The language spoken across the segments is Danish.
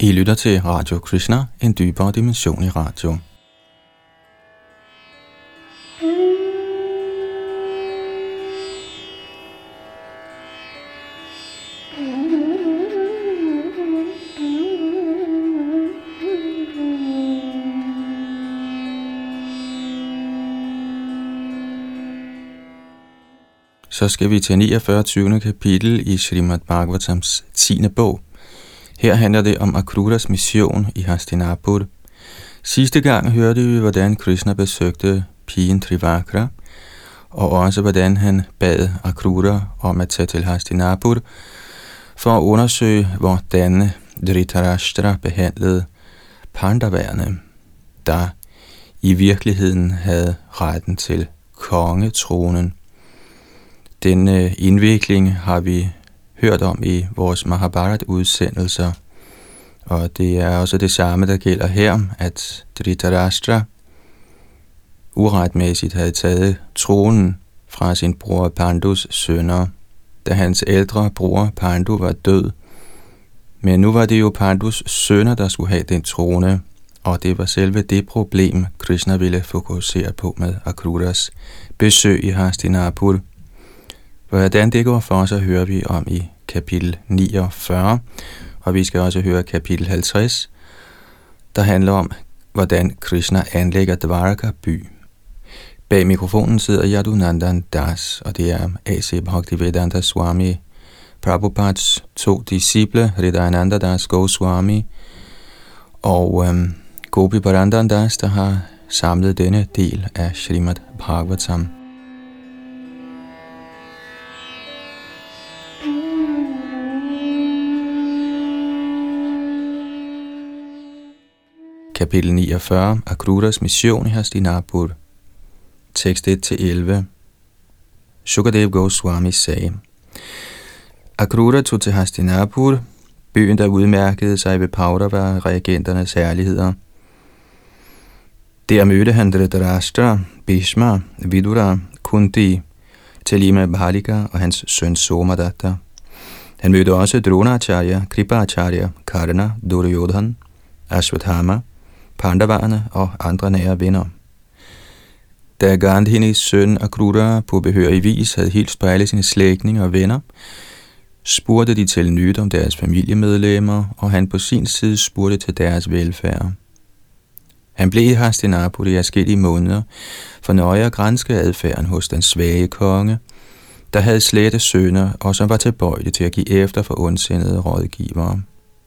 I lytter til Radio Krishna, en dybere dimension i radio. Så skal vi til 49. kapitel i Srimad Bhagavatams 10. bog. Her handler det om Akruras mission i Hastinapur. Sidste gang hørte vi, hvordan Krishna besøgte pigen Trivakra, og også hvordan han bad Akrura om at tage til Hastinapur for at undersøge, hvordan Dhritarashtra behandlede Pandaverne, der i virkeligheden havde retten til kongetronen. Denne indvikling har vi hørt om i vores Mahabharat-udsendelser, og det er også det samme, der gælder her, at Dhritarashtra uretmæssigt havde taget tronen fra sin bror Pandus sønner, da hans ældre bror Pandu var død. Men nu var det jo Pandus sønner, der skulle have den trone, og det var selve det problem, Krishna ville fokusere på med Akruras besøg i Hastinapur. Hvordan det går for os, så hører vi om i kapitel 49, og vi skal også høre kapitel 50, der handler om, hvordan Krishna anlægger Dvaraka by. Bag mikrofonen sidder Yadunandan Das, og det er A.C. Bhaktivedanta Swami Prabhupads 2 disciple, Hridayananda Das Goswami og Gopi Barandan Das, der har samlet denne del af Srimad Bhagavatam. Kapitel 49, Akruras mission i Hastinapur. Tekst 1-11. Shukadev Goswami sagde: Akrura tog til Hastinapur, byen der udmærkede sig ved Paurava-regenternes herligheder. Der mødte han Dhritarashtra, Bhishma, Vidura, Kunti, Telima Bhalika og hans søn Somadatta. Han mødte også Dronacharya, Kripacharya, Karna, Duryodhan, Ashwatthama, Pandavarerne og andre nære venner. Da Gandhinis søn Akrura på behørig vis havde hilst på alle sine slægtninge og venner, spurgte de til nyt om deres familiemedlemmer, og han på sin side spurgte til deres velfærd. Han blev i Hastinapur i adskillige måneder for nøje at granske adfærden hos den svage konge, der havde slette sønner og som var tilbøjelig til at give efter for ondsindede rådgivere.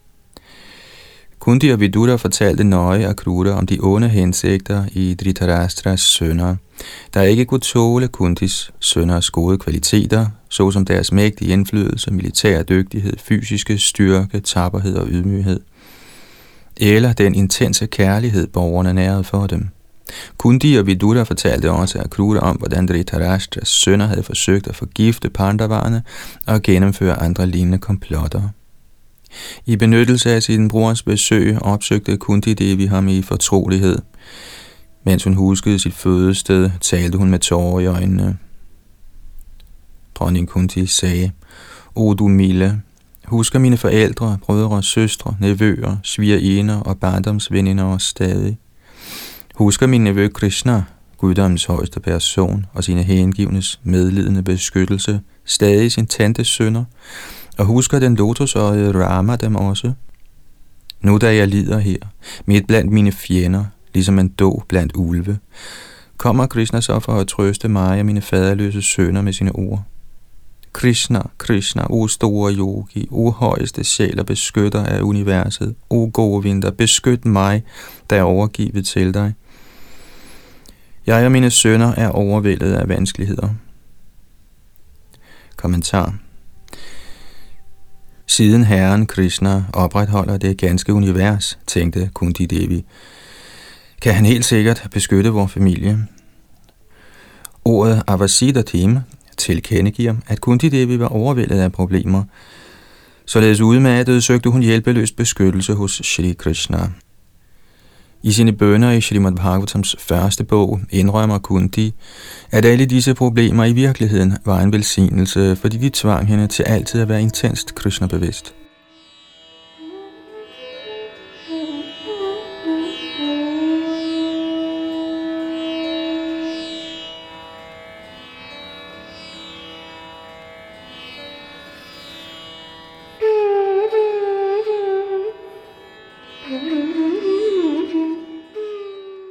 Kunti og Vidura fortalte nøje Akrura om de onde hensigter i Dhritarashtras sønner, der ikke kunne tåle Kuntis sønners gode kvaliteter, såsom deres mægtige indflydelse, militær dygtighed, fysiske styrke, tapperhed og ydmyghed, eller den intense kærlighed, borgerne nærede for dem. Kunti og Vidura fortalte også Akrura om, hvordan Dhritarashtras sønner havde forsøgt at forgifte Pandavarerne og gennemføre andre lignende komplotter. I benyttelse af sin brors besøg opsøgte Kunti Devi ham i fortrolighed. Mens hun huskede sit fødested, talte hun med tårer i øjnene. Dronning Kunti sagde: O du milde, husker mine forældre, brødre, søstre, nevøer, svigerinder og barndomsveninder os stadig. Husker min nevø Krishna, guddommens højeste person, og sine hengivnes medlidende beskyttelse, stadig sin tantes sønner, og husker den lotusøjede Rama dem også? Nu da jeg lider her, midt blandt mine fjender, ligesom en dog blandt ulve, kommer Krishna så for at trøste mig og mine faderløse sønner med sine ord. Krishna, Krishna, o store yogi, o højeste sjæl og beskytter af universet, o Govinda, beskyt mig, der er overgivet til dig. Jeg og mine sønner er overvældet af vanskeligheder. Kommentar. Siden Herren Krishna opretholder det ganske univers, tænkte Kunti Devi, kan han helt sikkert beskytte vor familie. Ordet Avasidatim tilkendegiver, at Kunti Devi var overvældet af problemer. Således udmattet søgte hun hjælpeløst beskyttelse hos Shri Krishna. I sine bønner i Srimad Bhagavatams første bog indrømmer Kunti, at alle disse problemer i virkeligheden var en velsignelse, fordi de tvang hende til altid at være intenst Krishna-bevidst.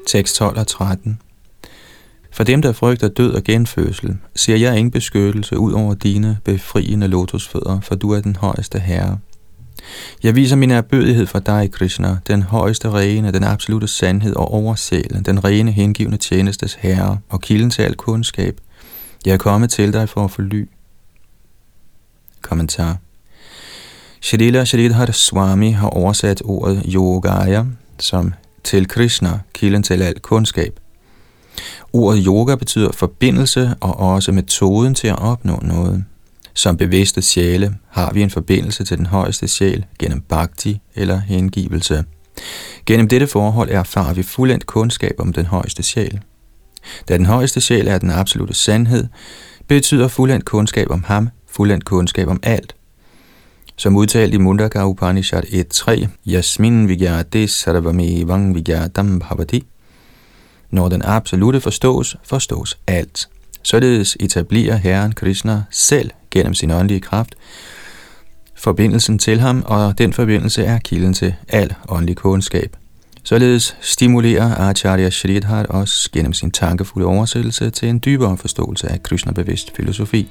Tekst 12 og 13. For dem, der frygter død og genfødsel, ser jeg ingen beskyttelse ud over dine befriende lotusfødder, for du er den højeste herre. Jeg viser min erbødighed for dig, Krishna, den højeste rene, den absolute sandhed og oversælen, den rene hengivne tjenestes herre og kilden til al kundskab. Jeg er kommet til dig for at få ly. Kommentar. Shrila Sridhar Swami har oversat ordet Yogaya som til Krishna, kilden til al kundskab. Ordet yoga betyder forbindelse og også metoden til at opnå noget. Som bevidste sjæle har vi en forbindelse til den højeste sjæl gennem bhakti eller hengivelse. Gennem dette forhold erfarer vi fuldendt kundskab om den højeste sjæl. Da den højeste sjæl er den absolute sandhed, betyder fuldendt kundskab om ham fuldendt kundskab om alt. Som udtalt i Mundaka Upanishad 1.3, Yasmin Vigyate Sarvamevang Vigyatam Bhavati. Når den absolute forstås, forstås alt. Således etablerer Herren Krishna selv gennem sin åndelige kraft forbindelsen til ham, og den forbindelse er kilden til al åndelig kundskab. Således stimulerer Acharya Sridhar os gennem sin tankefulde oversættelse til en dybere forståelse af Krishna-bevidst filosofi.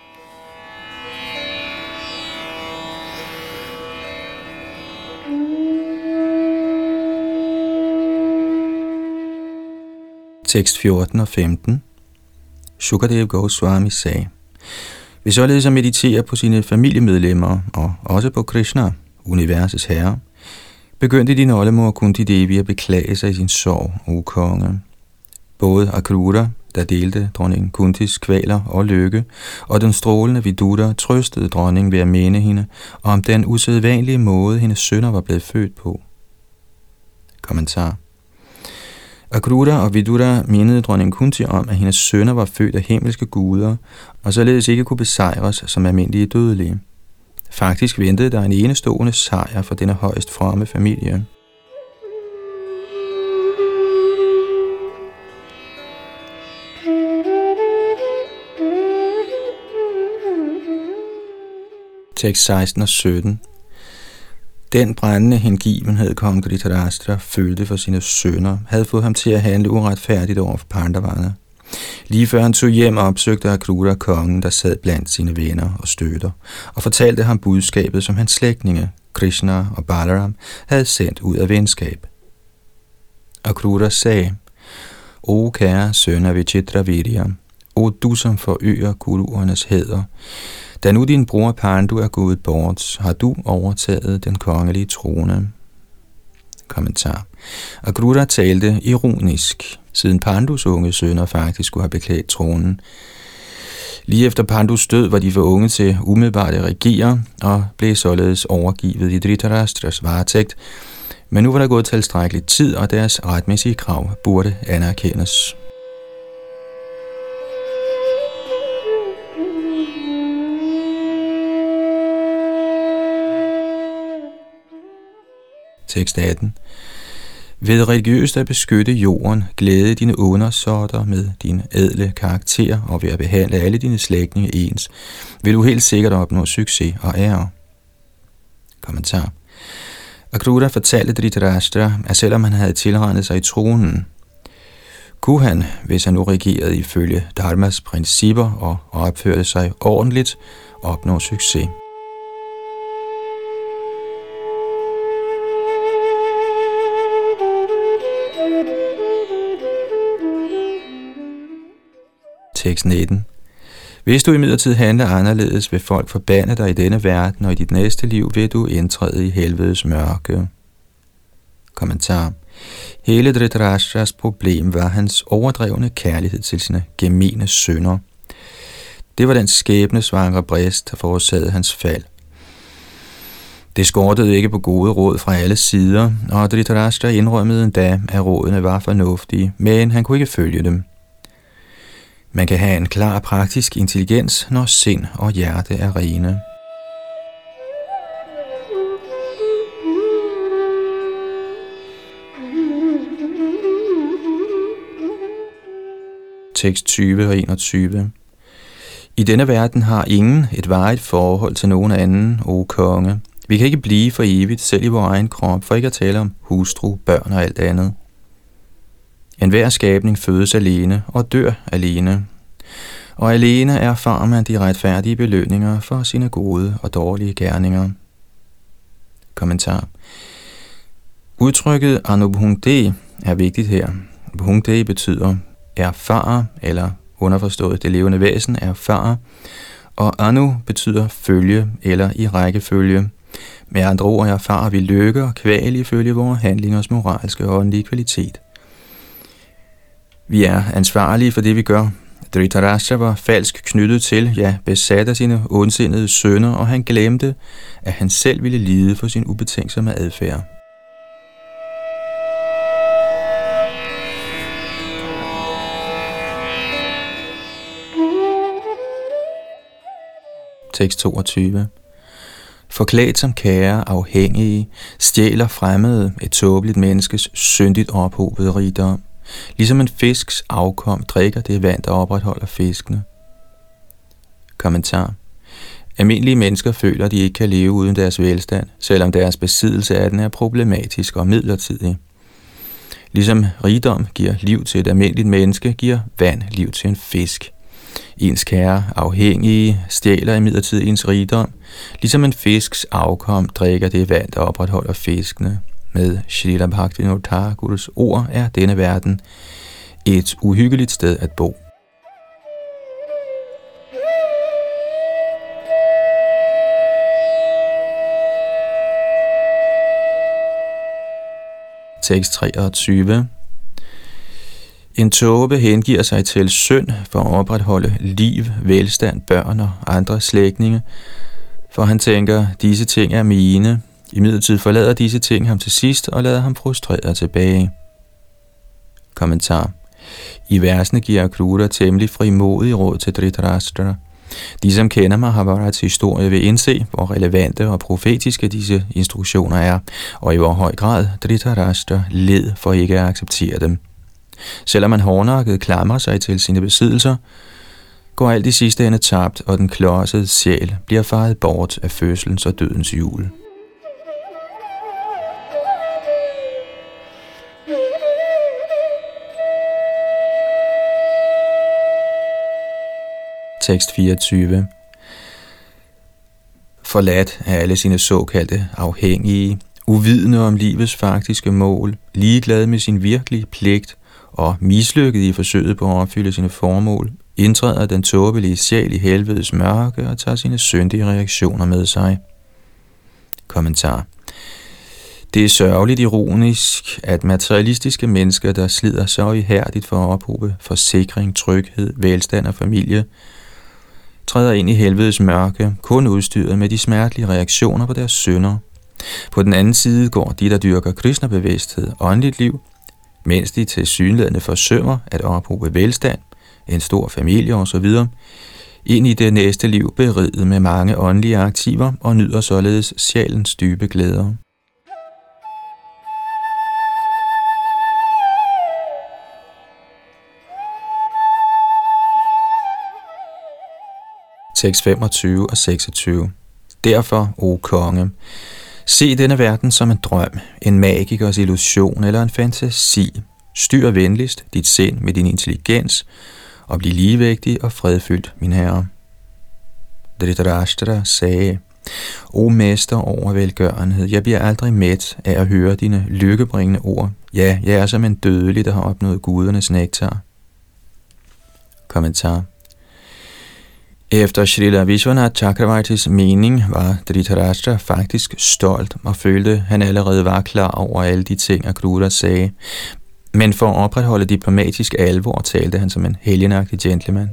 Tekst 14 og 15. Shukadev Goswami sagde: ved således at meditere på sine familiemedlemmer og også på Krishna, universets herre, begyndte din oldemor Kunti Devi at beklage sig i sin sorg, o konge. Både Akrura, der delte dronning Kuntis kvaler og lykke, og den strålende Vidura trøstede dronningen ved at minde hende om den usædvanlige måde, hendes sønner var blevet født på. Kommentar. Akrura og Vidura mindede dronning Kunti om, at hendes sønner var født af himmelske guder, og således ikke kunne besejres som almindelige dødelige. Faktisk ventede der en enestående sejr for denne højst fromme familie. Tekst 16 og 17. Den brændende hengivenhed, kong Dhritarashtra følte for sine sønner, havde fået ham til at handle uretfærdigt over for Pandavana. Lige før han tog hjem, opsøgte Akrura kongen, der sad blandt sine venner og støtter, og fortalte ham budskabet, som hans slægtninge, Krishna og Balaram, havde sendt ud af venskab. Akrura sagde: O kære søn af Vichitravirya, o du som forøger guruernes hæder, da nu din bror Pandu er gået bort, har du overtaget den kongelige trone. Kommentar. Akrura talte ironisk, siden Pandus unge sønner faktisk skulle have beklædt tronen. Lige efter Pandus død var de for unge til umiddelbart at regere, og blev således overgivet i Dhritarashtras varetægt, men nu var der gået tilstrækkelig tid, og deres retmæssige krav burde anerkendes. Tekst 18. Ved religiøst at beskytte jorden, glæde dine undersåtter med din ædle karakter, og ved at behandle alle dine slægtninge ens, vil du helt sikkert opnå succes og ære. Kommentar. Akrura fortalte Dhritarashtra, at selvom han havde tilregnet sig i tronen, kunne han, hvis han nu regerede ifølge dharmas principper og opførte sig ordentligt, opnå succes. Tekst 19. Hvis du imidlertid handler anderledes, vil folk forbande dig i denne verden, og i dit næste liv vil du indtræde i helvedes mørke. Kommentar. Hele Dhritarashtras problem var hans overdrevne kærlighed til sine gemene sønner. Det var den skæbnesvangre brist, der forårsagede hans fald. Det skortede ikke på gode råd fra alle sider, og Dhritarashtra indrømmede endda, at rådene var fornuftige, men han kunne ikke følge dem. Man kan have en klar praktisk intelligens, når sind og hjerte er rene. Tekst 20 og 21. I denne verden har ingen et varigt forhold til nogen anden, o konge. Vi kan ikke blive for evigt, selv i vores egen krop, for ikke at tale om hustru, børn og alt andet. Enhver skabning fødes alene og dør alene. Og alene erfarer man de retfærdige belønninger for sine gode og dårlige gerninger. Kommentar. Udtrykket Anubhungde er vigtigt her. Bhungde betyder erfare, eller underforstået det levende væsen erfare, og Anu betyder følge eller i rækkefølge. Med andre ord erfarer vi lykke og kval ifølge vores handlingers moralske og åndelige kvalitet. Vi er ansvarlige for det, vi gør. Dhritarashtra var falsk knyttet til, ja, besat af sine ondsindede sønner, og han glemte, at han selv ville lide for sin ubetænksomme adfærd. Tekst 22. Forklædt som kære afhængige, stjæler fremmede et tåbeligt menneskes syndigt ophobede rigdom. Ligesom en fisks afkom drikker det vand, der opretholder fiskene. Kommentar. Almindelige mennesker føler, at de ikke kan leve uden deres velstand, selvom deres besiddelse af den er problematisk og midlertidig. Ligesom rigdom giver liv til et almindeligt menneske, giver vand liv til en fisk. Ens kære afhængige stjæler imidlertid ens rigdom, ligesom en fisks afkom drikker det vand, der opretholder fiskene. Med Shrila Bhaktivinoda Thakurs ord er denne verden et uhyggeligt sted at bo. Tekst 23. En tåbe hengiver sig til synd for at opretholde liv, velstand, børn og andre slægtninge, for han tænker, disse ting er mine. Imidlertid forlader disse ting ham til sidst og lader ham frustreret tilbage. Kommentar. I versene giver Krura temmelig frimodig råd til Dhritarashtra. De, som kender Mahabharats historie, vil indse, hvor relevante og profetiske disse instruktioner er, og i hvor høj grad Dhritarashtra led for ikke at acceptere dem. Selvom man hårdnakket klamrer sig til sine besiddelser, går alt i sidste ende tabt, og den klodsede sjæl bliver faret bort af fødselens og dødens hjul. Tekst 24. Forladt af alle sine såkaldte afhængige, uvidende om livets faktiske mål, ligeglad med sin virkelige pligt og mislykket i forsøget på at opfylde sine formål, indtræder den tåbelige sjæl i helvedes mørke og tager sine syndige reaktioner med sig. Kommentar. Det er sørgeligt ironisk, at materialistiske mennesker, der slider så ihærdigt for at ophobe forsikring, tryghed, velstand og familie, træder ind i helvedes mørke, kun udstyret med de smertelige reaktioner på deres synder. På den anden side går de, der dyrker Krishna-bevidsthed, åndeligt liv, mens de tilsyneladende forsømmer at ophobe velstand, en stor familie osv., ind i det næste liv beriget med mange åndelige aktiver og nyder således sjælens dybe glæder. Tekst 25 og 26. Derfor, o konge, se denne verden som en drøm, en magikers illusion eller en fantasi. Styr venligst dit sind med din intelligens, og bliv ligevægtig og fredfyldt, min herre. Dhritarashtra sagde, o mester over velgørenhed, jeg bliver aldrig mæt af at høre dine lykkebringende ord. Ja, jeg er som en dødelig, der har opnået gudernes nektar. Kommentar. Efter Shrila Vishwanath Chakravartis mening var Dhritarashtra faktisk stolt og følte, at han allerede var klar over alle de ting, Akrura sagde. Men for at opretholde diplomatisk alvor talte han som en helgenagtig gentleman.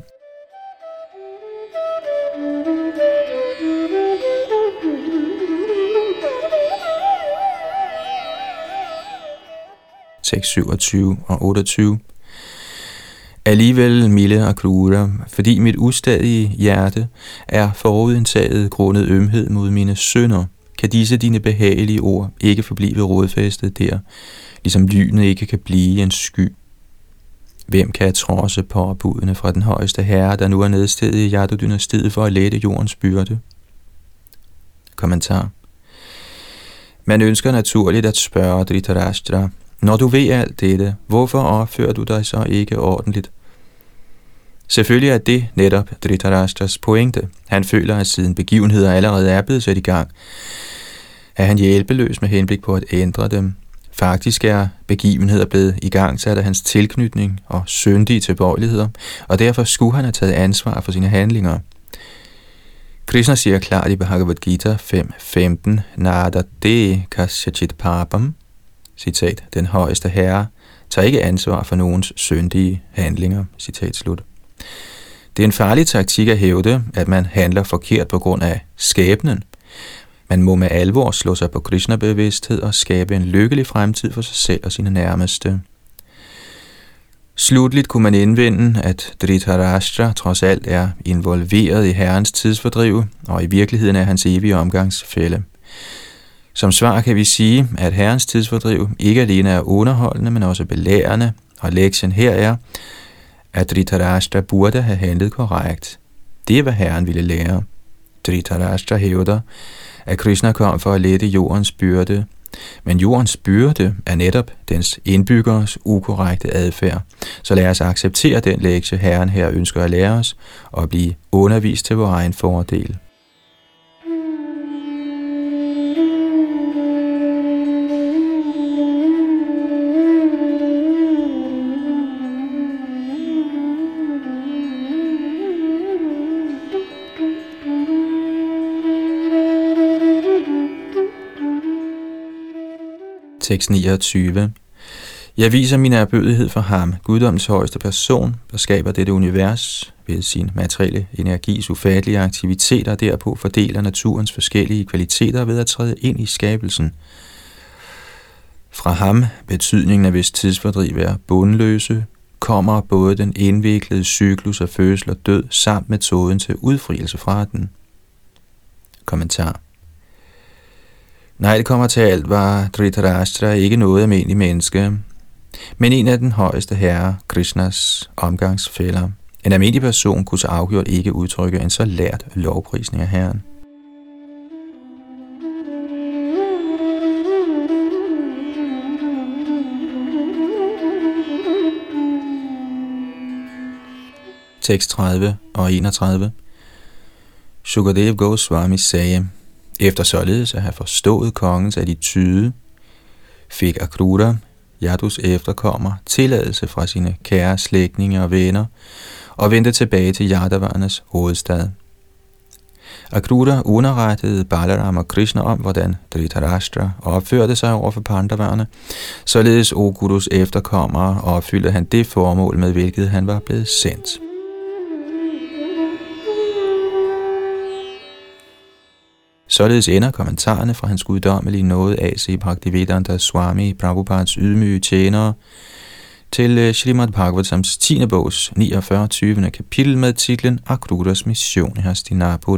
Tekst 27 og 28. Alligevel, milde Akrura, fordi mit ustadige hjerte er forudindtaget grundet ømhed mod mine synder, kan disse dine behagelige ord ikke forblive rodfæstet der, ligesom lynet ikke kan blive en sky. Hvem kan trodse påbudene fra den højeste herre, der nu er nedstedet i Yadu-dynastiet for at lette jordens byrde? Kommentar. Man ønsker naturligt at spørge Dhritarashtra, Når du ved alt dette, hvorfor opfører du dig så ikke ordentligt? Selvfølgelig er det netop Dhritarashtras pointe. Han føler, at siden begivenheder allerede er blevet sat i gang, er han hjælpeløs med henblik på at ændre dem. Faktisk er begivenheder blevet igangsat af hans tilknytning og syndige tilbøjeligheder, og derfor skulle han have taget ansvar for sine handlinger. Krishna siger klart i Bhagavad Gita 5.15, Nadate kasyachit papam, citat, den højeste herre tager ikke ansvar for nogens syndige handlinger, citat slut. Det er en farlig taktik at hævde, at man handler forkert på grund af skæbnen. Man må med alvor slå sig på Krishna-bevidsthed og skabe en lykkelig fremtid for sig selv og sine nærmeste. Slutligt kunne man indvende, at Dhritarashtra trods alt er involveret i herrens tidsfordriv, og i virkeligheden er hans evige omgangsfælle. Som svar kan vi sige, at herrens tidsfordriv ikke alene er underholdende, men også belærende, og lektien her er, at Dhritarashtra burde have handlet korrekt. Det er, hvad herren ville lære. Dhritarashtra hævder, at Krishna kom for at lette jordens byrde, men jordens byrde er netop dens indbyggers ukorrekte adfærd. Så lad os acceptere den lektie, herren her ønsker at lære os, og blive undervist til vores egen fordel. Tekst 29. Jeg viser min ærbødighed for ham, guddommens højeste person, der skaber dette univers ved sin materielle energis ufattelige aktiviteter, derpå fordeler naturens forskellige kvaliteter ved at træde ind i skabelsen. Fra ham, betydningen af hvis tidsfordriv er bundløse, kommer både den indviklede cyklus af fødsel og død samt metoden til udfrielse fra den. Kommentar. Nej, det kommer til alt, var Dhritarashtra ikke noget almindelig menneske, men en af den højeste herre, Krishnas omgangsfæller. En almindelig person kunne så afgjort ikke udtrykke en så lært lovprisning af herren. Tekst 30 og 31. Shukadev Goswami sagde, efter således at have forstået kongens attitude, fik Akrura, Yadus efterkommer, tilladelse fra sine kære slægtninge og venner, og vendte tilbage til Yadavarnes hovedstad. Akrura underrettede Balaram og Krishna om, hvordan Dhritarashtra opførte sig over for Pandavarne, således o Gurus efterkommere opfyldte han det formål, med hvilket han var blevet sendt. Således ender kommentarerne fra hans guddommelige nåde A.C. Bhaktivedanta Swami Prabhupads ydmyge tjenere til Srimad Bhagavatams 10. bogs 49. 20. kapitel med titlen Akruras mission i Hastinapur.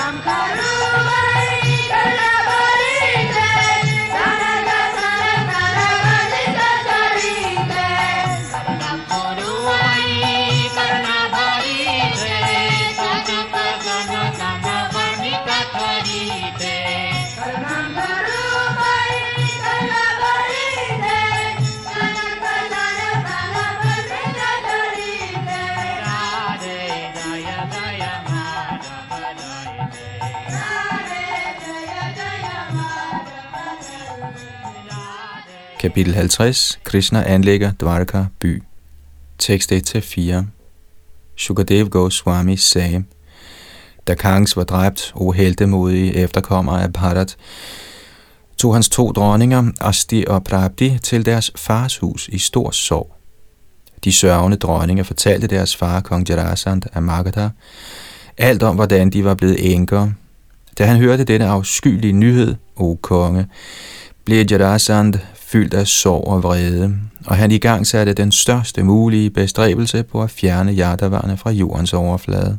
Kapitel 50. Krishna anlægger Dvaraka by. Tekst 1-4. Shukadev Goswami sagde: Da Kangs var dræbt, o heltemodige efterkommere af Bharat, tog hans 2 dronninger, Asti og Prabdi, til deres fars hus i stor sorg. De sørgende dronninger fortalte deres far, kong Jarasandh af Magadha, alt om, hvordan de var blevet enker. Da han hørte denne afskyelige nyhed, o konge, blev Jarasandh fyldt af sorg og vrede, og han igangsatte den største mulige bestræbelse på at fjerne Yadavarne fra jordens overflade.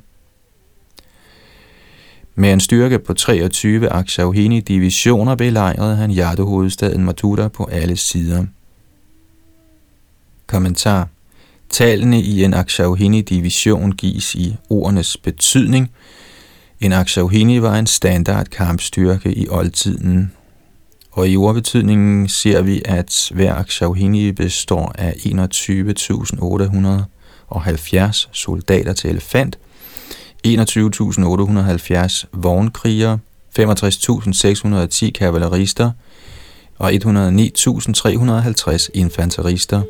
Med en styrke på 23 Akshauhini-divisioner belejrede han Yadu-hovedstaden Mathura på alle sider. Kommentar. Tallene i en Akshauhini-division gives i ordenes betydning. En Akshauhini var en standard kampstyrke i oldtiden, og i ordbetydningen ser vi, at hver Akshauhini består af 21.870 soldater til elefant, 21.870 vognkrigere, 65.610 kavalerister og 109.350 infanterister.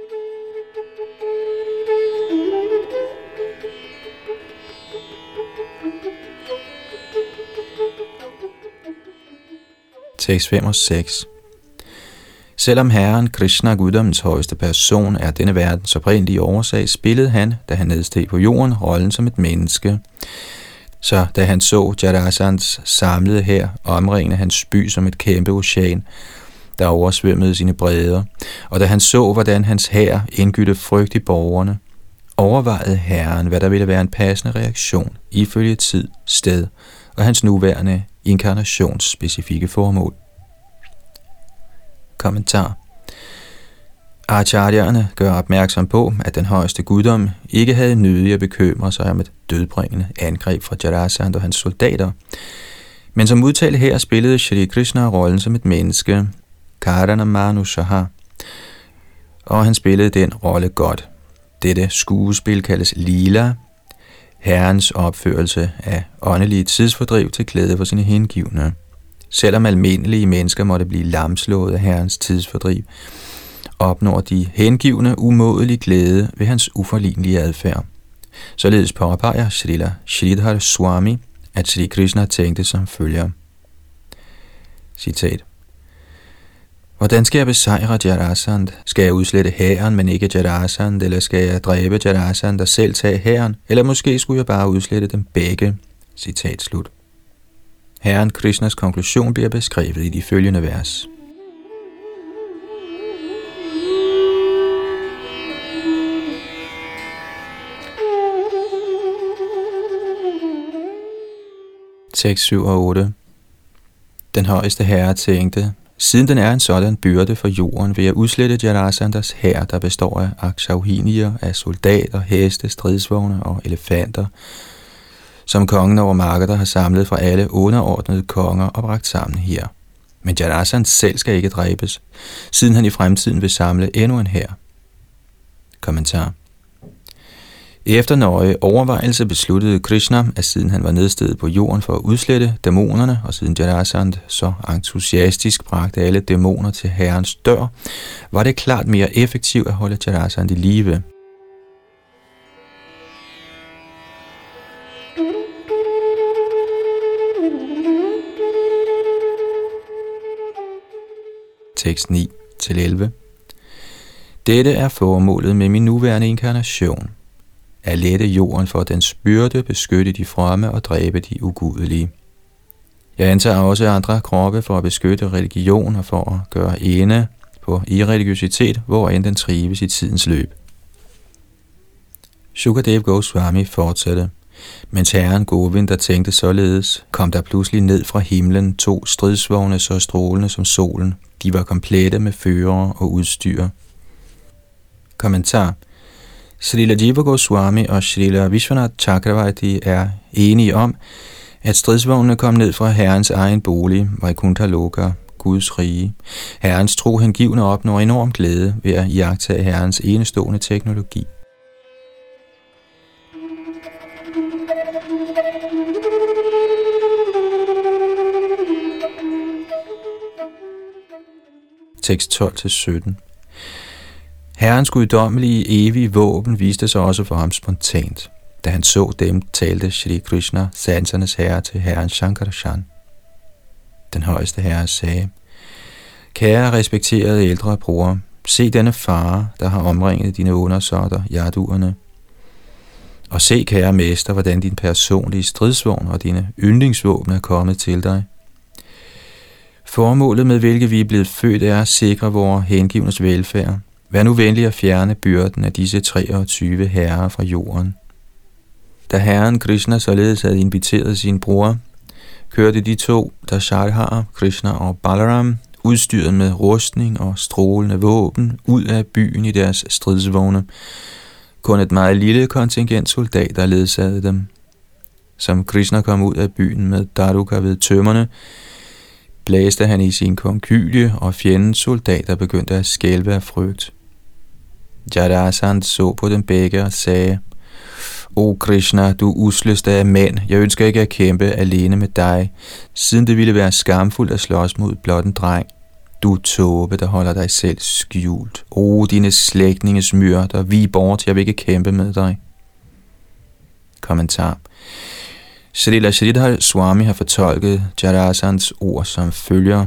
Tekst 5 og 6. Selvom Herren Krishna, guddommens højeste person, er denne verdens oprindelige årsag, spillede han, da han nedsteg på jorden, rollen som et menneske. Så da han så Jarasandhs samlede hær omringe hans by som et kæmpe ocean, der oversvømmede sine bredder, og da han så, hvordan hans hær indgyldte frygt i borgerne, overvejede Herren, hvad der ville være en passende reaktion ifølge tid, sted og hans nuværende inkarnationsspecifikke formål. Kommentar. Acharyerne gør opmærksom på, at den højeste guddom ikke havde nødig at bekymre sig om et dødbringende angreb fra Jarasandh og hans soldater, men som udtale her spillede Shri Krishna rollen som et menneske, Karana Manushaha, og han spillede den rolle godt. Dette skuespil kaldes Lila, Herrens opførelse af åndelige tidsfordriv til glæde for sine hengivne. Selvom almindelige mennesker måtte blive lamslået af Herrens tidsfordriv, opnår de hengivne umådelig glæde ved hans uforlignelige adfærd. Således påpeger Srila Sridhar Swami, at Sri Krishna tænkte som følger. Citat. Hvordan skal jeg besejre Jarasandh? Skal jeg udslette hæren, men ikke Jarasandh? Eller skal jeg dræbe Jarasandh og selv tage hæren? Eller måske skulle jeg bare udslette dem begge? Citat slut. Herren Krishnas konklusion bliver beskrevet i de følgende vers. Tekst 7 og 8. Den højeste herre tænkte: siden den er en sådan byrde for jorden, vil jeg udslette Jarasandhas hær, der består af akshauhinier, af soldater, heste, stridsvogne og elefanter, som kongen over Magadha har samlet fra alle underordnede konger og bragt sammen her. Men Jarasandh selv skal ikke dræbes, siden han i fremtiden vil samle endnu en hær. Kommentar. Efter nøje overvejelse besluttede Krishna, at siden han var nedsteget på jorden for at udslette dæmonerne, og siden Jarasandh så entusiastisk bragte alle dæmoner til herrens dør, var det klart mere effektivt at holde Jarasandh i live. Tekst 9-11. Dette er formålet med min nuværende inkarnation. At lette jorden for dens byrde, beskytte de fromme og dræbe de ugudelige. Jeg antager også andre kroppe for at beskytte religion og for at gøre ende på irreligiøsitet, hvor end den trives i tidens løb. Shukadev Goswami fortsatte. Mens herren Govinda tænkte således, kom der pludselig ned fra himlen 2 stridsvogne så strålende som solen. De var komplette med førere og udstyr. Kommentar. Srila Jiva Goswami og Srila Vishwanath Chakravarti er enige om, at stridsvognene kom ned fra herrens egen bolig, Vaikuntha Loka, Guds rige. Herrens tro hengivne opnår enorm glæde ved at iagttage herrens enestående teknologi. Tekst 12-17. Herrens guddommelige evige våben viste sig også for ham spontant. Da han så dem, talte Shri Krishna, sansernes herre, til herren Shankarachan. Den højeste herre sagde: Kære respekterede ældre bror, se denne fare, der har omringet dine undersåtter, yaduerne. Og se, kære mester, hvordan din personlige stridsvogn og dine yndlingsvåben er kommet til dig. Formålet med hvilket vi er blevet født er at sikre vores hengivnes velfærd. Vær nu venlig at fjerne byrden af disse 23 herrer fra jorden. Da herren Krishna således havde inviteret sin bror, kørte de 2, Dasharha, Krishna og Balaram, udstyret med rustning og strålende våben, ud af byen i deres stridsvogne. Kun et meget lille kontingent soldater ledsagede dem. Som Krishna kom ud af byen med Daruka ved tømmerne, blæste han i sin konkylie, og fjendens soldater begyndte at skælve af frygt. Jarasandh så på dem begge og sagde: O Krishna, du usleste af mænd, jeg ønsker ikke at kæmpe alene med dig, siden det ville være skamfuldt at slås mod blot en dreng. Du tåbe, der holder dig selv skjult. O dine slægtninges myrder, vig bort, jeg vil ikke kæmpe med dig. Kommentar. Srila Sridhar Swami har fortolket Jarasandhs ord som følger: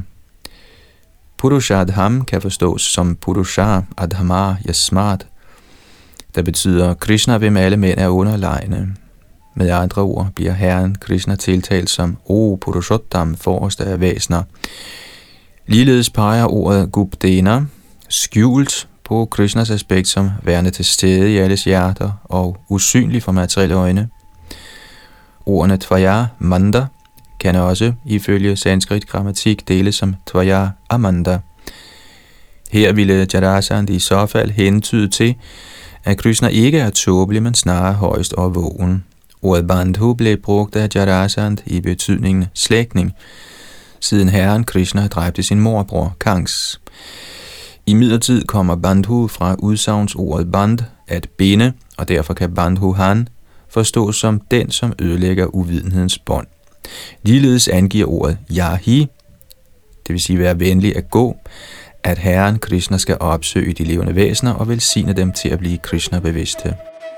Purushadham kan forstås som Purusha Adhamar Yasmat, der betyder Krishna, hvem alle mænd er underlegne. Med andre ord bliver herren Krishna tiltalt som O Purushottam, forreste af væsener. Ligeledes peger ordet Guptena, skjult, på Krishnas aspekt som værende til stede i alles hjerter og usynlig for materielle øjne. Ordene Tvaya Manda kan også ifølge sanskrit grammatik deles som Tvaya Amanda. Her ville Jarasandh i så fald hentyde til, at Krishna ikke er tåbelig, men snarere højst overvågen. Ordet Bandhu blev brugt af Jarasandh i betydningen slægtning, siden herren Krishna dræbte sin morbror Kangs. Imidlertid kommer Bandhu fra udsagnordet band, at binde, og derfor kan Bandhu Han forstås som den, som ødelægger uvidenhedens bånd. Ligeledes angiver ordet Yahi, det vil sige være venlig at gå, at herren Krishna skal opsøge de levende væsener og velsigne dem til at blive Krishna-bevidste.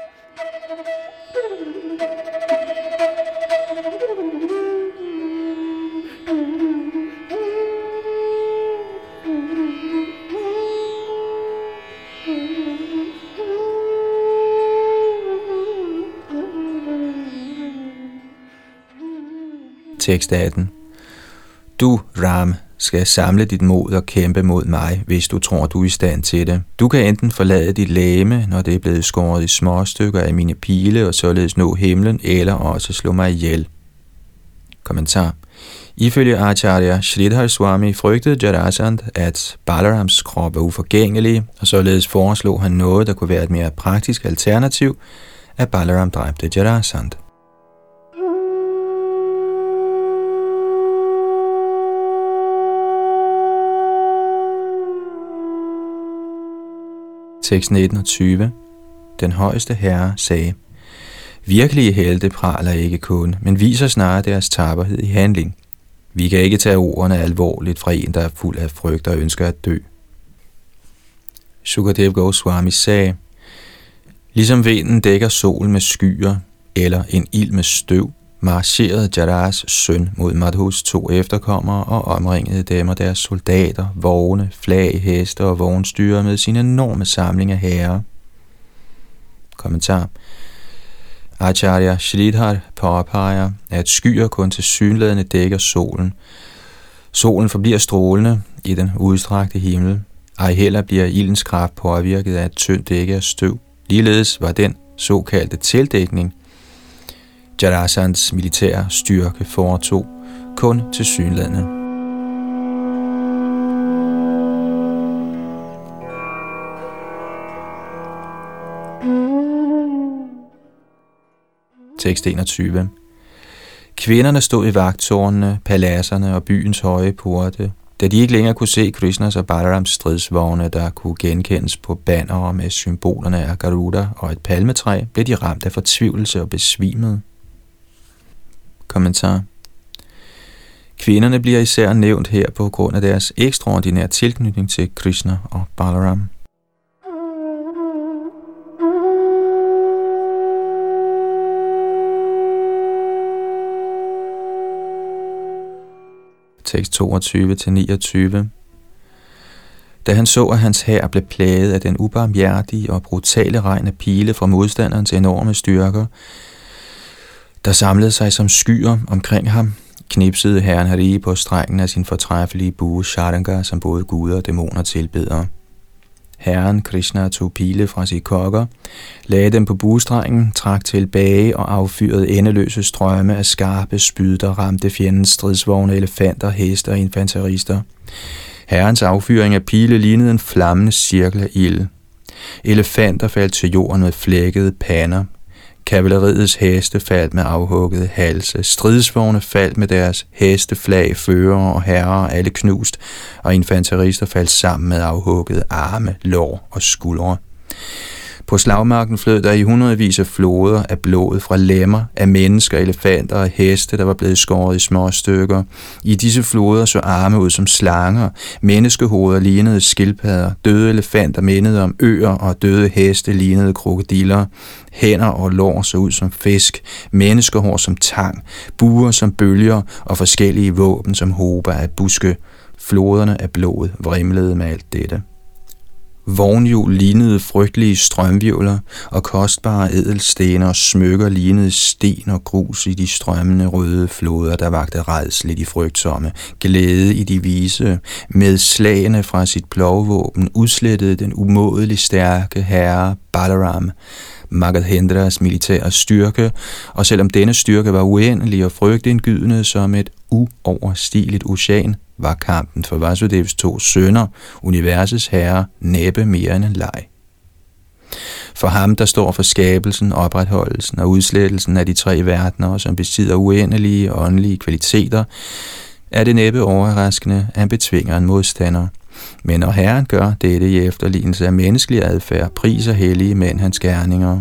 Tekst 18. Du, Ram, skal samle dit mod og kæmpe mod mig, hvis du tror, du er i stand til det. Du kan enten forlade dit legeme, når det er blevet skåret i små stykker af mine pile, og således nå himlen, eller også slå mig ihjel. Kommentar. Ifølge Acharya Sridhar Swami frygtede Jarasandh, at Balarams krop var uforgængelig, og således foreslog han noget, der kunne være et mere praktisk alternativ, at Balaram dræbte Jarasandh. Tekst 19 og 20. Den højeste herre sagde: Virkelige helte praler ikke kun, men viser snarere deres tapperhed i handling. Vi kan ikke tage ordene alvorligt fra en, der er fuld af frygt og ønsker at dø. Shukadev Goswami sagde: Ligesom vinden dækker solen med skyer eller en ild med støv, marcherede Jaras søn mod Madhus 2 efterkommere og omringede dem og deres soldater, vogne, flag, heste og vognstyre med sin enorme samling af herrer. Kommentar. Acharya Sridhar påpeger, at skyer kun tilsyneladende dækker solen. Solen forbliver strålende i den udstrakte himmel. Ej heller bliver ildens kraft påvirket af et tyndt dække af støv. Ligeledes var den såkaldte tildækning Jarasands militære styrke foretog kun tilsyneladende. Tekst 21. Kvinderne stod i vagttårnene, paladserne og byens høje porte. Da de ikke længere kunne se Krishnas og Balarams stridsvogne, der kunne genkendes på bannere med symbolerne af Garuda og et palmetræ, blev de ramt af fortvivlelse og besvimede. Kommentar. Kvinderne bliver især nævnt her på grund af deres ekstraordinære tilknytning til Krishna og Balaram. Tekst 22-29. Da han så, at hans hær blev plaget af den ubarmhjertige og brutale regn af pile fra modstanderens enorme styrker, der samlede sig som skyer omkring ham, knipsede herren Hari på strengen af sin fortræffelige bue Sharanga, som både guder og dæmoner tilbeder. Herren Krishna tog pile fra sit kokker, lagde dem på buestrengen, trak tilbage og affyrede endeløse strømme af skarpe spyd, der ramte fjendens stridsvogne, elefanter, heste og infanterister. Herrens affyring af pile lignede en flammende cirkel af ild. Elefanter faldt til jorden med flækkede pander. Kavaleriets heste faldt med afhuggede halse. Stridsvogne faldt med deres hesteflag, fører og herrer, alle knust, og infanterister faldt sammen med afhuggede arme, lår og skuldre. På slagmarken flød der i hundredvis af floder af blod fra lemmer af mennesker, elefanter og heste, der var blevet skåret i små stykker. I disse floder så arme ud som slanger, menneskehoveder lignede skildpadder, døde elefanter mindede om øer og døde heste lignede krokodiller. Hænder og lår så ud som fisk, menneskehår som tang, buer som bølger og forskellige våben som hober af buske. Floderne af blod vrimlede med alt dette. Vognhjul lignede frygtelige strømhvirvler, og kostbare ædelstener og smykker lignede sten og grus i de strømmende røde floder, der vagte rædsel i de frygtsomme, glæde i de vise. Med slagene fra sit plovvåben udslettede den umådelig stærke herre Balaram Magadhendras militære styrke, og selvom denne styrke var uendelig og frygtindgydende som et uoverstigeligt ocean, var kampen for Vasudevs 2 sønner, universets herre, næppe mere end en leg. For ham, der står for skabelsen, opretholdelsen og udslettelsen af de 3 verdener, som besidder uendelige åndelige kvaliteter, er det næppe overraskende, at han betvinger en modstander. Men når herren gør dette i efterlignelse af menneskelig adfærd, priser hellige mænd hans gerninger.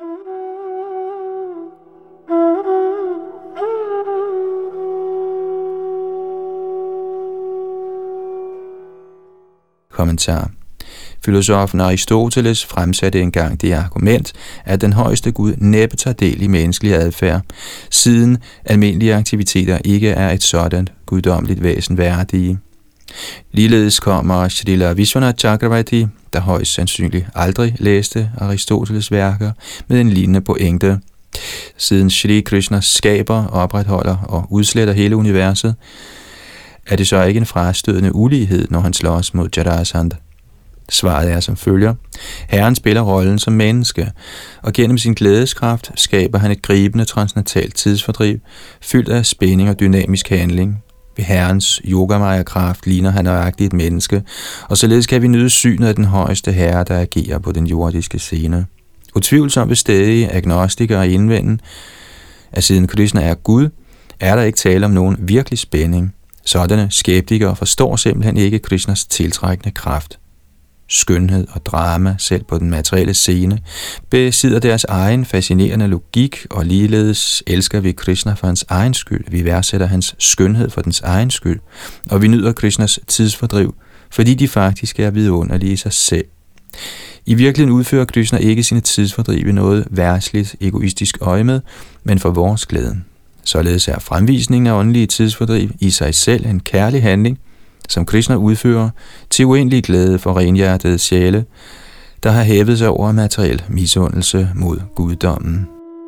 Kommentar. Filosofen Aristoteles fremsatte engang det argument, at den højeste Gud næppe tager del i menneskelig adfærd, siden almindelige aktiviteter ikke er et sådant guddommeligt væsen værdige. Ligeledes kommer Srila Vishwanath Chakravarti, der højst sandsynligt aldrig læste Aristoteles værker, med en lignende pointe. Siden Shri Krishna skaber, opretholder og udsletter hele universet, er det så ikke en frastødende ulighed, når han slås mod Jarasandha? Svaret er som følger. Herren spiller rollen som menneske, og gennem sin glædeskraft skaber han et gribende transcendentalt tidsfordriv, fyldt af spænding og dynamisk handling. Ved herrens yogamaya-kraft ligner han nøjagtigt et menneske, og således kan vi nyde synet af den højeste herre, der agerer på den jordiske scene. Utvivlsomt vil stadig agnostikere indvende, at siden Krishna er Gud, er der ikke tale om nogen virkelig spænding. Sådanne skeptikere forstår simpelthen ikke Krishnas tiltrækkende kraft. Skønhed og drama, selv på den materielle scene, besidder deres egen fascinerende logik, og ligeledes elsker vi Krishna for hans egen skyld. Vi værdsætter hans skønhed for dens egen skyld, og vi nyder Krishnas tidsfordriv, fordi de faktisk er vidunderlige i sig selv. I virkeligheden udfører Krishna ikke sine tidsfordriv i noget værtsligt, egoistisk øjemed, men for vores glæde. Således er fremvisningen af åndelige tidsfordriv i sig selv en kærlig handling, som Krishna udfører til uendelig glæde for renhjertede sjæle, der har hævet sig over materiel misundelse mod guddommen.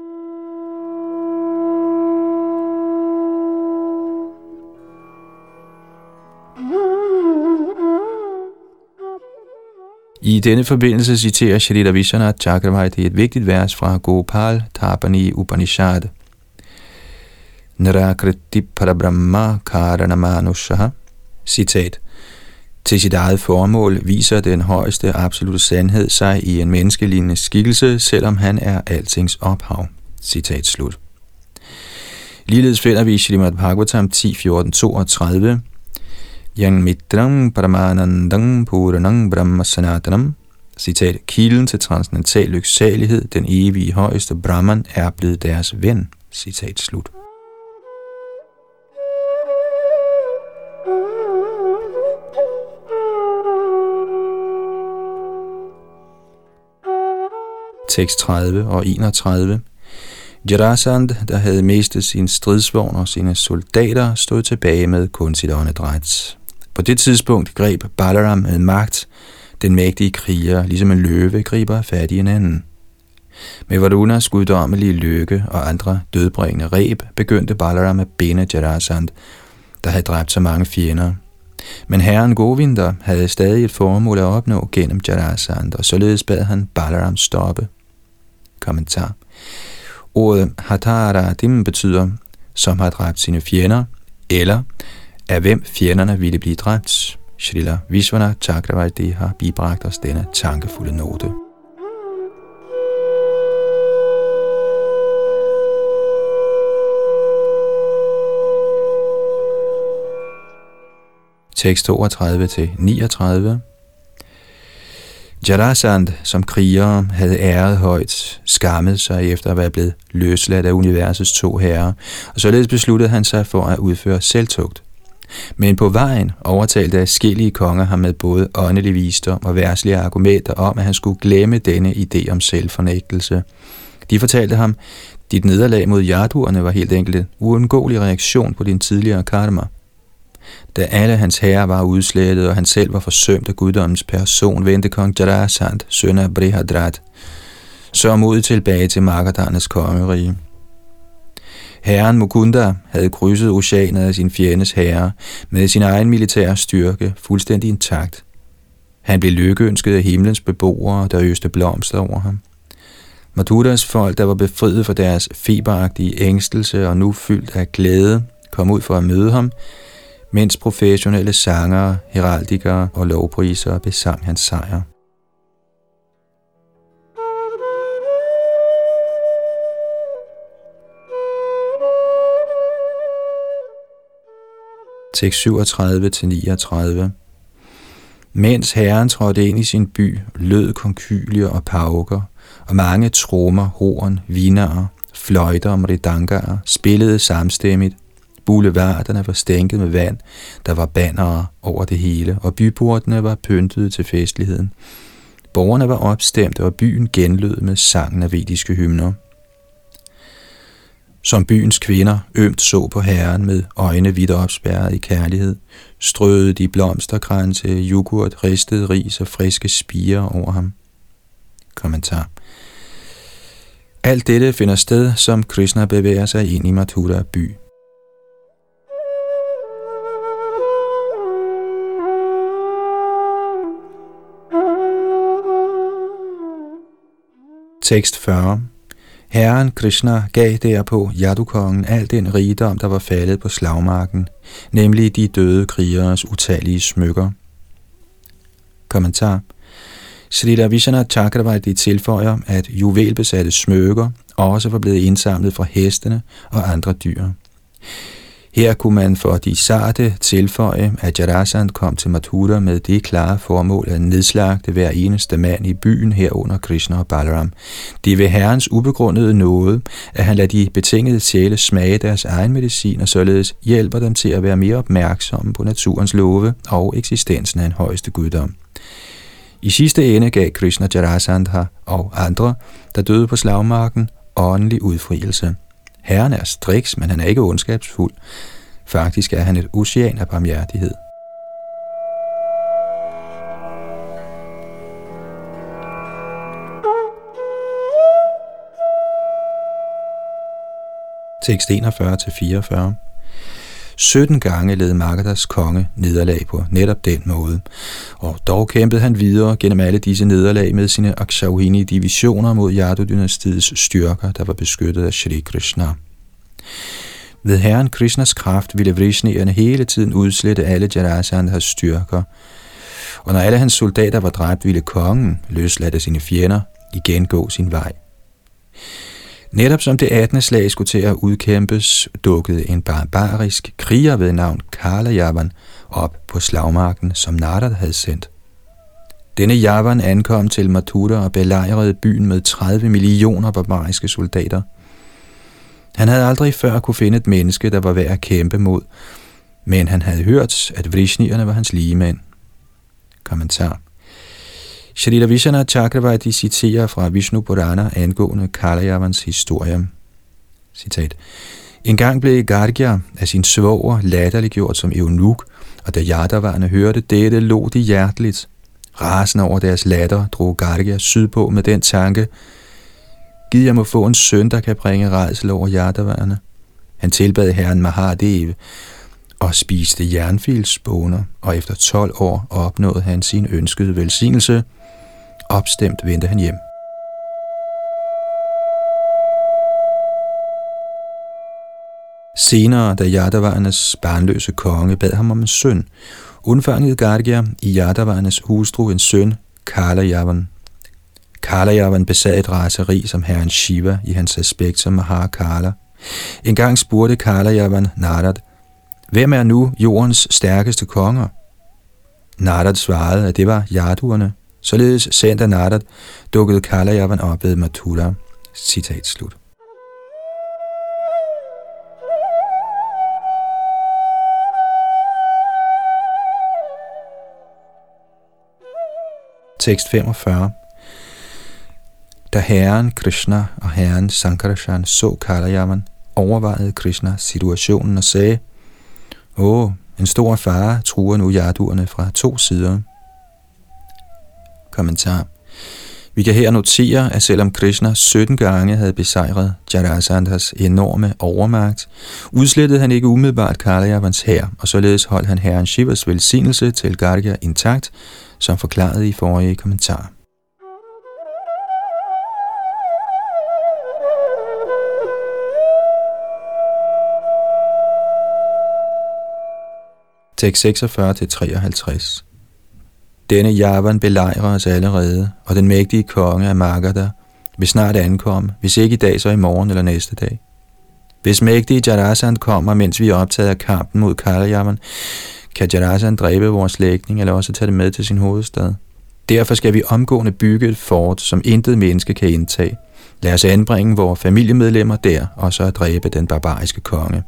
I denne forbindelse citerer Shrila Vishwanath Chakravarti et vigtigt vers fra Gopal Tapani Upanishad. Narakriti Parabrahma Karanamanushaha. Citat. Til sit eget formål viser den højeste absolute sandhed sig i en menneskelignende skikkelse, selvom han er altings ophav. Citat slut. Ligeledes finder vi i Srimad Bhagavatam 10.14.32 Yang mitram paramanandang puranang brahma sanatanam. Citat. Kilden til transcendental lyksalighed, den evige højeste Brahman, er blevet deres ven. Citat slut. Tekst 30 og 31. Jarasandh, der havde mistet sin stridsvogn og sine soldater, stod tilbage med kun sit åndedræt. På det tidspunkt greb Balaram med magt den mægtige kriger, ligesom en løve griber fat i en anden. Med Varunas guddommelige lykke og andre dødbringende reb begyndte Balaram at binde Jarasandh, der havde dræbt så mange fjender. Men herren Govinda havde stadig et formål at opnå gennem Jarasandh, og således bad han Balaram stoppe. Kommentar. Ordet Hataradim betyder, som har dræbt sine fjender, eller af hvem fjenderne ville blive dræbt. Shrila Vishwanath Chakravarti har bibragt os denne tankefulde note. Tekst 32-39. Jarasandh, som kriger havde æret højt, skammede sig efter at være blevet løsladt af universets to herrer, og således besluttede han sig for at udføre selvtugt. Men på vejen overtalte adskillige konger ham med både åndelig visdom og verdslige argumenter om, at han skulle glemme denne idé om selvfornægtelse. De fortalte ham, dit nederlag mod yaduerne var helt enkelt en uundgåelig reaktion på din tidligere karma. Da alle hans herrer var udslettet, og han selv var forsømt af guddommens person, vendte kong Jarasandh, søn af Brihadrat, så mod tilbage til Magadhanas kongerige. Herren Mukunda havde krydset oceanet af sin fjendes herre med sin egen militære styrke fuldstændig intakt. Han blev lykkeønsket af himlens beboere, der øste blomster over ham. Madhuras folk, der var befriet fra deres feberagtige ængstelse og nu fyldt af glæde, kom ud for at møde ham, mens professionelle sangere, heraldikere og lovprisere besang hans sejr. Tekst 37-39. Mens herren trådte ind i sin by, lød konkylier og pauker, og mange trommer, horn, vinarer, fløjter og mridangaer spillede samstemmigt. Boulevarderne var stænket med vand, der var bannere over det hele, og byportene var pyntet til festligheden. Borgerne var opstemte, og byen genlød med sangen af vediske hymner. Som byens kvinder ømt så på herren med øjne vidt opspærret i kærlighed, strøede de blomsterkranse, yoghurt, ristet ris og friske spirer over ham. Kommentar. Alt dette finder sted, som Krishna bevæger sig ind i Mathura by. Tekst 40. Herren Krishna gav derpå Yadukongen al den rigdom, der var faldet på slagmarken, nemlig de døde krigeres utallige smykker. Kommentar. Srila Vishwanath Chakravarti tilføjer, at juvelbesatte smykker også var blevet indsamlet fra hestene og andre dyr. Her kunne man for de sarte tilføje, at Jarasandh kom til Mathura med det klare formål at nedslagte hver eneste mand i byen herunder Krishna og Balaram. Det er ved herrens ubegrundede nåde, at han lader de betingede sjæle smage deres egen medicin og således hjælper dem til at være mere opmærksomme på naturens love og eksistensen af en højeste guddom. I sidste ende gav Krishna Jarasandha og andre, der døde på slagmarken, åndelig udfrielse. Herren er striks, men han er ikke ondskabsfuld. Faktisk er han et ocean af barmhjertighed. Tekst 41-44. 17 gange led Magadhas konge nederlag på netop den måde, og dog kæmpede han videre gennem alle disse nederlag med sine Akshauhini-divisioner mod Yadu-dynastiets styrker, der var beskyttet af Shri Krishna. Ved herren Krishnas kraft ville vrishnierne hele tiden udslette alle Jarasandhas styrker, og når alle hans soldater var dræbt, ville kongen løslade sine fjender igen gå sin vej. Netop som det 18. slag skulle til at udkæmpes, dukkede en barbarisk kriger ved navn Kala-Yavan op på slagmarken, som Narad havde sendt. Denne Yavan ankom til Mathura og belejrede byen med 30 millioner barbariske soldater. Han havde aldrig før kunne finde et menneske, der var værd at kæmpe mod, men han havde hørt, at vrishnierne var hans ligemænd. Kommentar. Shrila Vishwanath Chakravarti citerer fra Vishnu Purana angående Kala-Yavans historie. Citat. En gang blev Gargya af sin svoger latterliggjort som eunuk, og da Yadavarne hørte dette, lå de hjerteligt. Rasende over deres latter drog Gargya sydpå med den tanke: Gid jeg må få en søn, der kan bringe rædsel over Yadavarne. Han tilbad herren Mahadev og spiste jernfilsboner, og efter 12 år opnåede han sin ønskede velsignelse. Opstemt vendte han hjem. Senere, da Yadavarnes barnløse konge bad ham om en søn, undfangede Gargya i Yadavarnes hustru en søn, Kala-Yavan. Kala-Yavan besad et raseri som herren Shiva i hans aspekt som Mahakala. En gang spurgte Kala-Yavan Narad: Hvem er nu jordens stærkeste konger? Narad svarede, at det var Yaduerne. Således sendt af Narad dukkede Kala-Yavan op ved Mathura. Citat slut. Tekst 45. Da herren Krishna og herren Sankarshan så Kala-Yavan, overvejede Krishna situationen og sagde: en stor fare truer nu Yaduerne fra 2 sider. Kommentar. Vi kan her notere, at selvom Krishna 17 gange havde besejret Jarasandhas enorme overmagt, udslettede han ikke umiddelbart Kala-Yavans hær, og således holdt han herren Shivas velsignelse til Gargya intakt, som forklaret i forrige kommentar. Tekst 46-53. Denne Yavan belejrer os allerede, og den mægtige konge af Magadha vil snart ankomme, hvis ikke i dag, så i morgen eller næste dag. Hvis mægtige Jarasandh kommer, mens vi er optaget af kampen mod Kala-Yavan, kan Jarasandh dræbe vores slægtning eller også tage det med til sin hovedstad. Derfor skal vi omgående bygge et fort, som intet menneske kan indtage. Lad os anbringe vores familiemedlemmer der, og så dræbe den barbariske konge.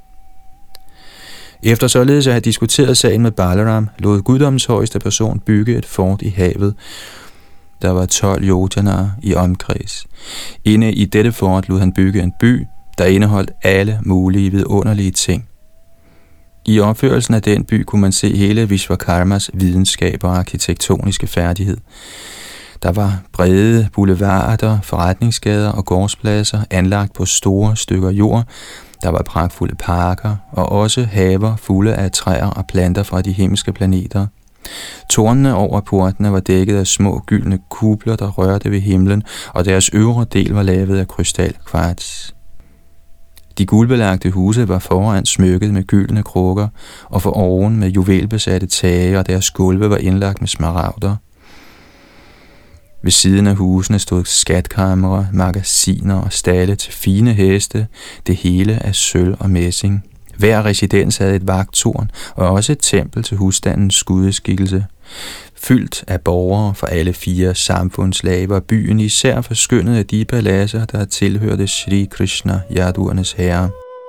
Efter således at have diskuteret sagen med Balaram, lod guddommens højeste person bygge et fort i havet. Der var 12 yojanar i omkreds. Inde i dette fort lod han bygge en by, der indeholdt alle mulige vidunderlige ting. I opførelsen af den by kunne man se hele Vishvakarmas videnskab og arkitektoniske færdighed. Der var brede boulevarder, forretningsgader og gårdspladser anlagt på store stykker jord. Der var pragtfulde parker og også haver fulde af træer og planter fra de himmelske planeter. Tårnene over portene var dækket af små gyldne kupler, der rørte ved himlen, og deres øvre del var lavet af krystalkvarts. De guldbelagte huse var foran smykket med gyldne krukker, og for oven med juvelbesatte tage, og deres gulve var indlagt med smaragder. Ved siden af husene stod skatkamre, magasiner og stalde til fine heste, det hele af sølv og messing. Hver residens havde et vagttårn og også et tempel til husstandens gudeskikkelse. Fyldt af borgere fra alle 4 samfundslag var byen især forskyndet af de paladser, der tilhørte Shri Krishna, Yaduernes herre.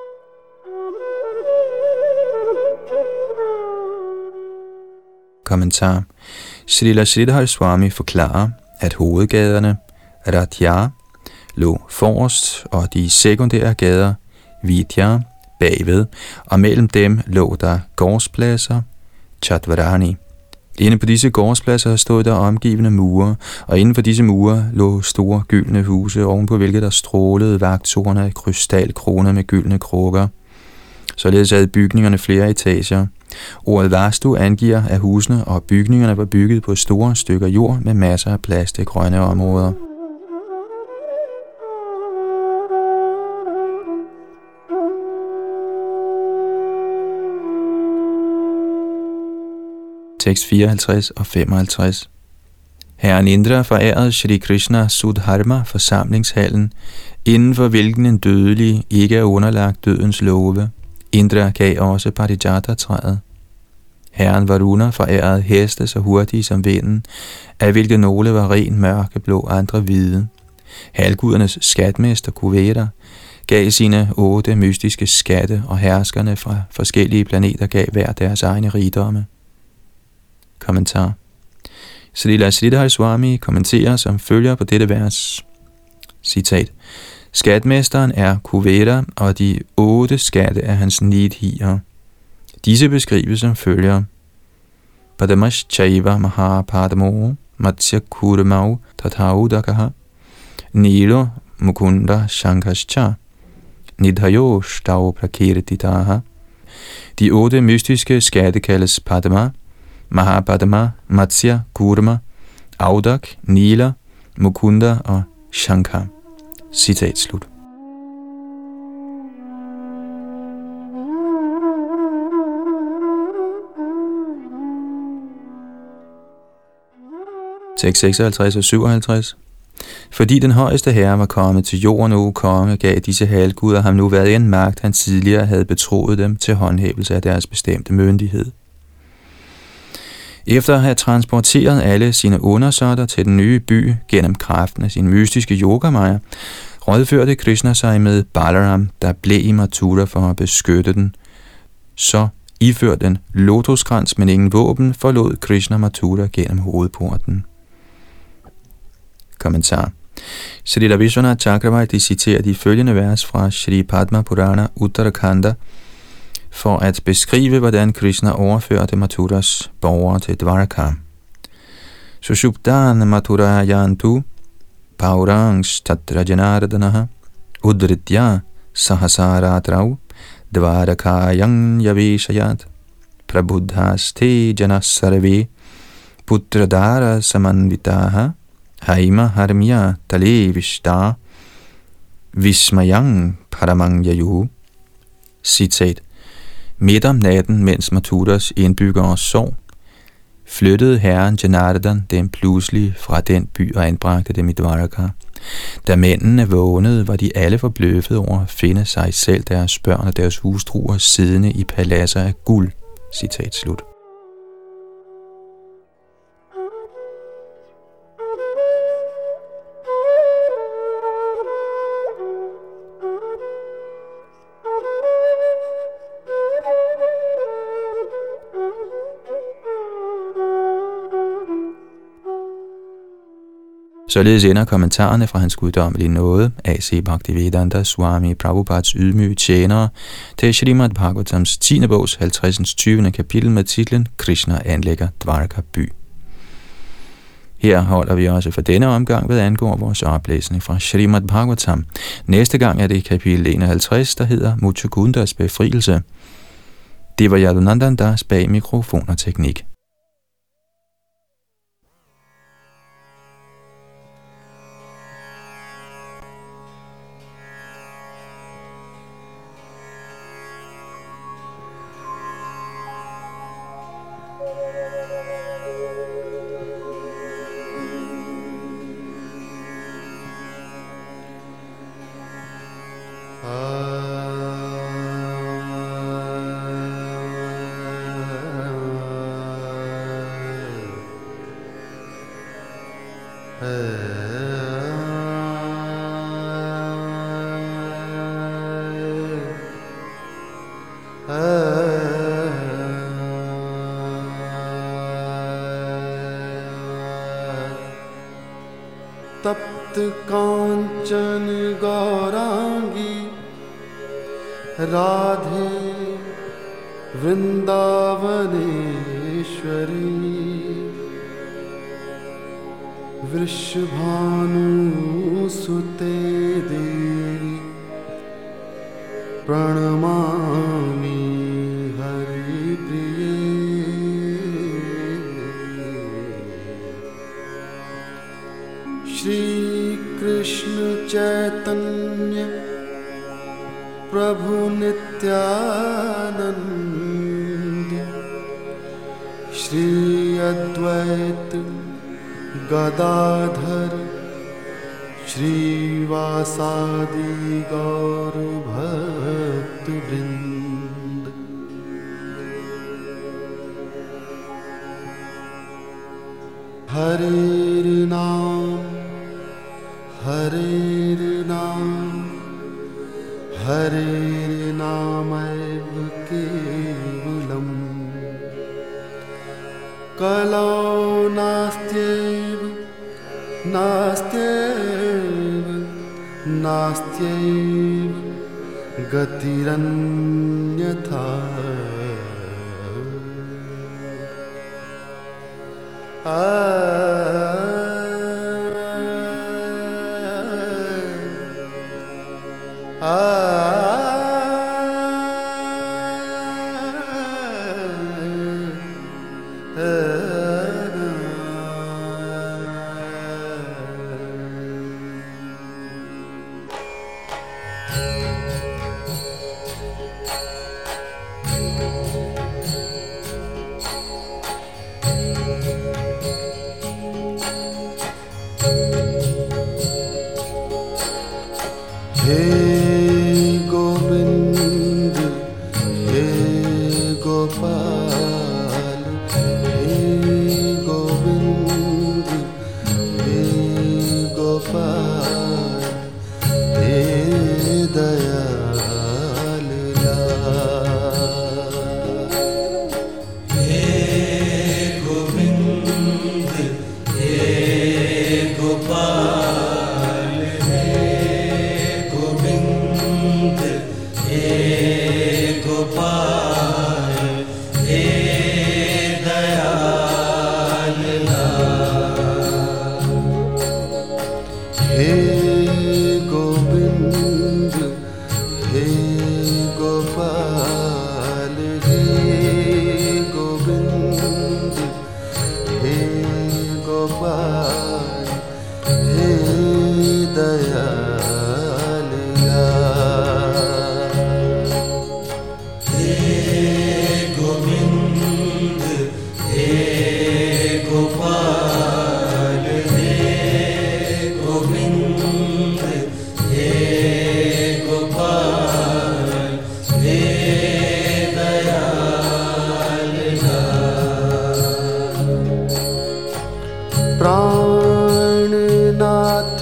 Kommentar. Srila Sridhar Swami forklarer, at hovedgaderne, Rathya, lå forrest, og de sekundære gader, Vidya, bagved, og mellem dem lå der gårdspladser, Chatvarani. Inde på disse gårdspladser stod der omgivende mure, og inden for disse mure lå store gyldne huse, ovenpå hvilket der strålede vagttårne af krystalkroner med gyldne krukker. Således havde bygningerne flere etager. Ordet vastu angiver, at husene og bygningerne var bygget på store stykker jord med masser af plads til grønne områder. Tekst 54 og 55. Herren Indra forærede Shri Krishna Sudharma forsamlingshallen, inden for hvilken en dødelig ikke er underlagt dødens love. Indra gav også Parijata-træet. Herren Varuna forærede heste så hurtige som vinden, af hvilke nogle var ren mørkeblå, andre hvide. Halvgudernes skatmester Kuvera gav sine 8 mystiske skatte, og herskerne fra forskellige planeter gav hver deres egne rigdomme. Kommentar. Srila Sridhar Swami kommenterer som følger på dette vers. Citat. Skatmesteren er Kuvera, og de 8 skatte er hans nidhier. Disse beskrives som følger. Padamash Chaiva Mahapadamo Matsya Kurmau Tathaudakaha Nilo Mukunda Shankascha Nidhayo Stau Prakirtitaha. De 8 mystiske skatte kaldes Padma, Mahapadma, Matsya, Kurma, Audak, Nila, Mukunda og Shankha. Citat slut. Tekst 56 og 57. Fordi den højeste herre var kommet til jorden, og konge, gav disse halvguder ham nu hvad en magt, han tidligere havde betroet dem til håndhævelse af deres bestemte myndighed. Efter at have transporteret alle sine undersåtter til den nye by gennem kraften af sin mystiske yogamaya, rådførte Krishna sig med Balaram, der blev i Mathura for at beskytte den. Så iført den lotuskrans, men ingen våben, forlod Krishna Mathura gennem hovedporten. Kommentar. Srila Vishwanath Chakravarti citerer de følgende vers fra Shri Padma Purana Uttarakhanda for at beskrive, hvordan Krishna overførte Mathuras borgere til Dvaraka. Sushuptan Mathurayantu Paurangs Tatra Janardanaha Udritya Sahasaratrau Dvarakayang Yavishayat Prabhuddhaste Janasarve Putradara Samanvitaha Haima Harmya Tale Vishta Vismayang Paramang Yayu. Citat. Midt om natten, mens Mathuras indbyggere sov, flyttede herren Janardan dem pludselig fra den by og anbragte dem i Dvaraka. Da mændene vågnede, var de alle forbløffet over at finde sig selv, deres børn og deres hustruer siddende i paladser af guld. Citat slut. Således ender kommentarerne fra hans guddommelige nåde, A.C. Bhaktivedanta Swami Prabhupads ydmyge tjenere, til Srimad Bhagavatams 10. bogs 50. 20. kapitel med titlen Krishna anlægger Dvaraka by. Her holder vi også for denne omgang, hvad angår vores oplæsning fra Srimad Bhagavatam. Næste gang er det kapitel 51, der hedder Muchukundas befrielse. Det var Yadunandan Das bag mikrofon og teknik. तप्त कांचन गौरांगी राधे वृंदावनेश्वरी वृषभानु सुते देवी प्रणमामि हरि प्रिये श्री कृष्ण चैतन्य प्रभु नित्यानंद श्री अद्वैत गदाधर श्रीवासादि गौर भक्त वृंद। हरेर नाम हरेर नामैव केवलम् कलौ नास्त्यैव गतिरन्यथा। हे गोविंद हे गोपाल, हे गोविंद हे गोपाल, हे दयाल लाल। हे गोविंद हे गोपाल, हे गोपाल, हे दयाल लाल। हे गोविंद हे गोपाल, हे गोविंद हे गोपाल, हे दयाल लाल। हे गोविंद हे गोपाल, हे गोविंद हे गोपाल, हे दयाल लाल। प्राणनाथ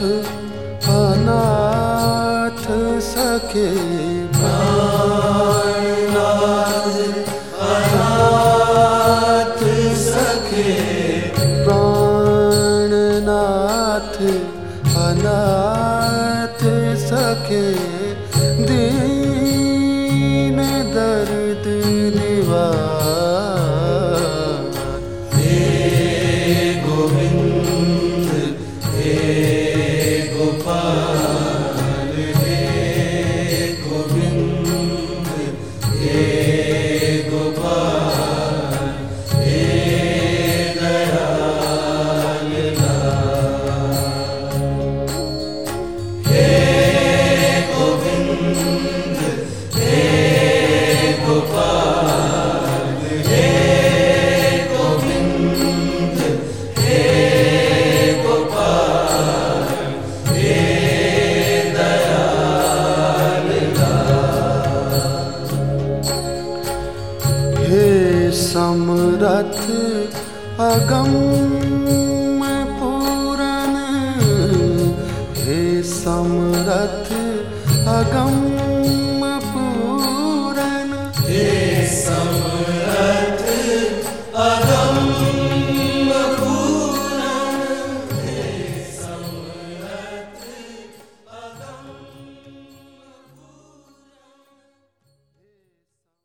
अनाथ सखे, प्राणनाथ अनाथ सखे, प्राणनाथ अनाथ सखे, दीन दर्द निवार। हे गोविंद हे गोपाल, हे गोविंद हे गोपाल, हे दयाल लाल। हे गोविंद हे गोपाल, हे गोविंद हे गोपाल, हे दयाल लाल। हे समरथ अगम पूरन, हे समरथ अगम